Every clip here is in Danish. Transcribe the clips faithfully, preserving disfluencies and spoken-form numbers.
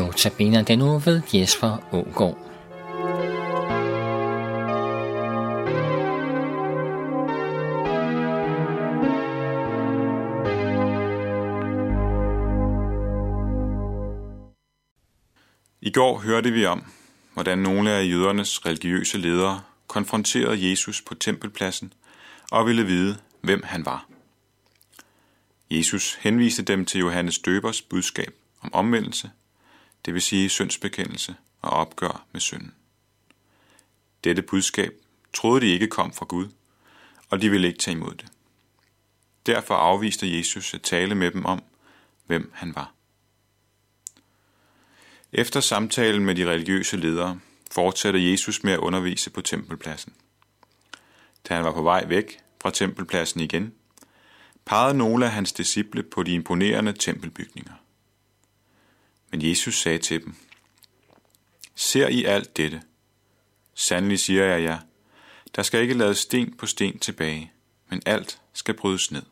Notabene den uge ved Jesper Aagaard. I går hørte vi om, hvordan nogle af jødernes religiøse ledere konfronterede Jesus på tempelpladsen og ville vide, hvem han var. Jesus henviste dem til Johannes Døbers budskab om omvendelse, det vil sige syndsbekendelse og opgør med synden. Dette budskab troede de ikke kom fra Gud, og de ville ikke tage imod det. Derfor afviste Jesus at tale med dem om, hvem han var. Efter samtalen med de religiøse ledere fortsatte Jesus med at undervise på tempelpladsen. Da han var på vej væk fra tempelpladsen igen, pegede nogle af hans disciple på de imponerende tempelbygninger. Men Jesus sagde til dem: "Ser I alt dette? Sandelig siger jeg jer, der skal ikke lades sten på sten tilbage, men alt skal brydes ned."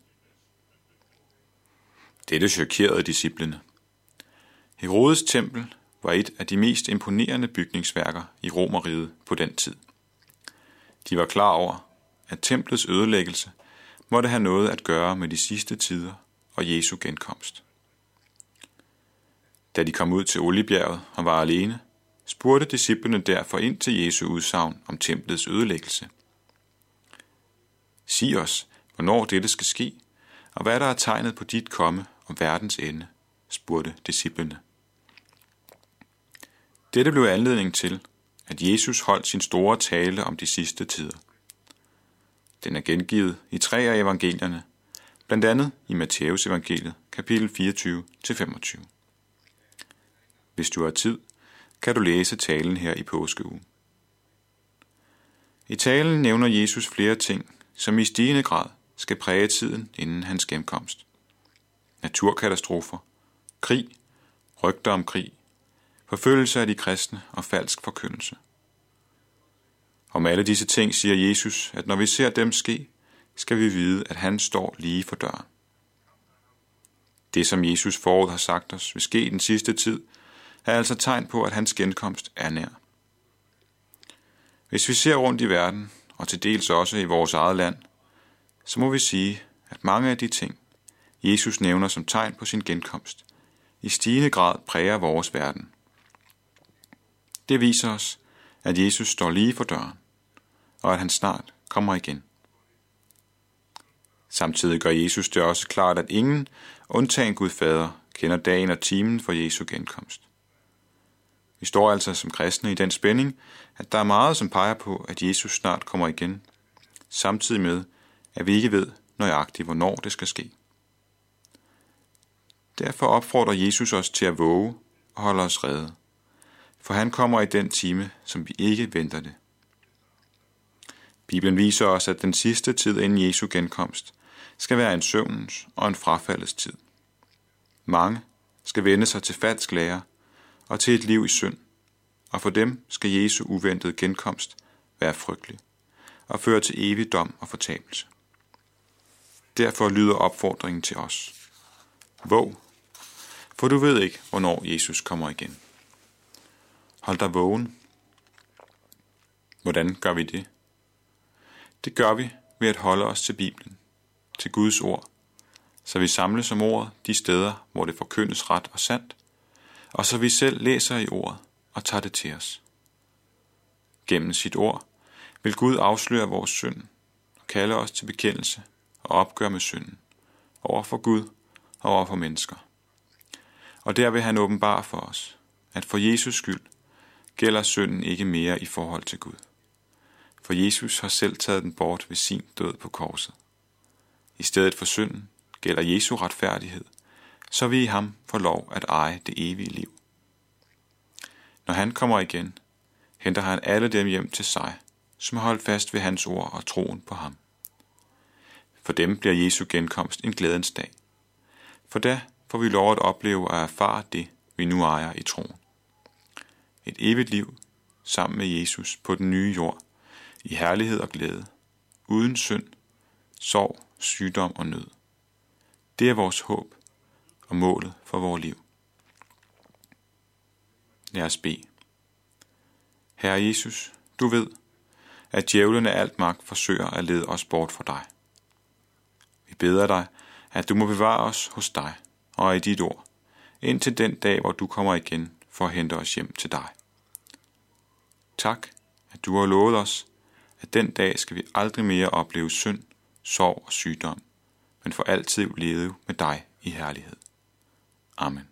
Dette chokerede disciplene. Herodes tempel var et af de mest imponerende bygningsværker i Romerriget på den tid. De var klar over, at templets ødelæggelse måtte have noget at gøre med de sidste tider og Jesu genkomst. Da de kom ud til Oliebjerget og var alene, spurgte disciplene derfor ind til Jesu udsagn om templets ødelæggelse. "Sig os, hvornår dette skal ske, og hvad der er tegnet på dit komme og verdens ende," spurgte disciplene. Dette blev anledning til, at Jesus holdt sin store tale om de sidste tider. Den er gengivet i tre af evangelierne, blandt andet i Matthæus evangeliet, kapitel fireogtyve til femogtyve. Hvis du har tid, kan du læse talen her i påskeugen. I talen nævner Jesus flere ting, som i stigende grad skal præge tiden inden hans genkomst. Naturkatastrofer, krig, rygter om krig, forfølgelse af de kristne og falsk forkyndelse. Om alle disse ting siger Jesus, at når vi ser dem ske, skal vi vide, at han står lige for døren. Det, som Jesus forud har sagt os, vil ske i den sidste tid, er altså tegn på, at hans genkomst er nær. Hvis vi ser rundt i verden, og til dels også i vores eget land, så må vi sige, at mange af de ting, Jesus nævner som tegn på sin genkomst, i stigende grad præger vores verden. Det viser os, at Jesus står lige for døren, og at han snart kommer igen. Samtidig gør Jesus det også klart, at ingen, undtagen Gud Fader, kender dagen og timen for Jesu genkomst. Vi står altså som kristne i den spænding, at der er meget, som peger på, at Jesus snart kommer igen, samtidig med, at vi ikke ved nøjagtigt, hvornår det skal ske. Derfor opfordrer Jesus os til at våge og holde os rede, for han kommer i den time, som vi ikke venter det. Bibelen viser os, at den sidste tid inden Jesu genkomst skal være en søvnens og en frafaldets tid. Mange skal vende sig til falsk lære og til et liv i synd, og for dem skal Jesu uventede genkomst være frygtelig og føre til evig dom og fortabelse. Derfor lyder opfordringen til os: Våg, for du ved ikke, hvornår Jesus kommer igen. Hold dig vågen. Hvordan gør vi det? Det gør vi ved at holde os til Bibelen, til Guds ord, så vi samles om ordet de steder, hvor det forkyndes ret og sandt, og så vi selv læser i ordet og tager det til os. Gennem sit ord vil Gud afsløre vores synd og kalde os til bekendelse og opgør med synden, over for Gud og over for mennesker. Og der vil han åbenbare for os, at for Jesus skyld gælder synden ikke mere i forhold til Gud. For Jesus har selv taget den bort ved sin død på korset. I stedet for synden gælder Jesu retfærdighed, så vi i ham får lov at eje det evige liv. Når han kommer igen, henter han alle dem hjem til sig, som har holdt fast ved hans ord og troen på ham. For dem bliver Jesu genkomst en glædens dag. For da får vi lov at opleve og erfare det, vi nu ejer i troen. Et evigt liv sammen med Jesus på den nye jord, i herlighed og glæde, uden synd, sorg, sygdom og nød. Det er vores håb og målet for vores liv. Lad os bede. Herre Jesus, du ved, at djævlen af alt magt forsøger at lede os bort fra dig. Vi beder dig, at du må bevare os hos dig og i dit ord, indtil den dag, hvor du kommer igen for at hente os hjem til dig. Tak, at du har lovet os, at den dag skal vi aldrig mere opleve synd, sorg og sygdom, men for altid leve med dig i herlighed. Amen.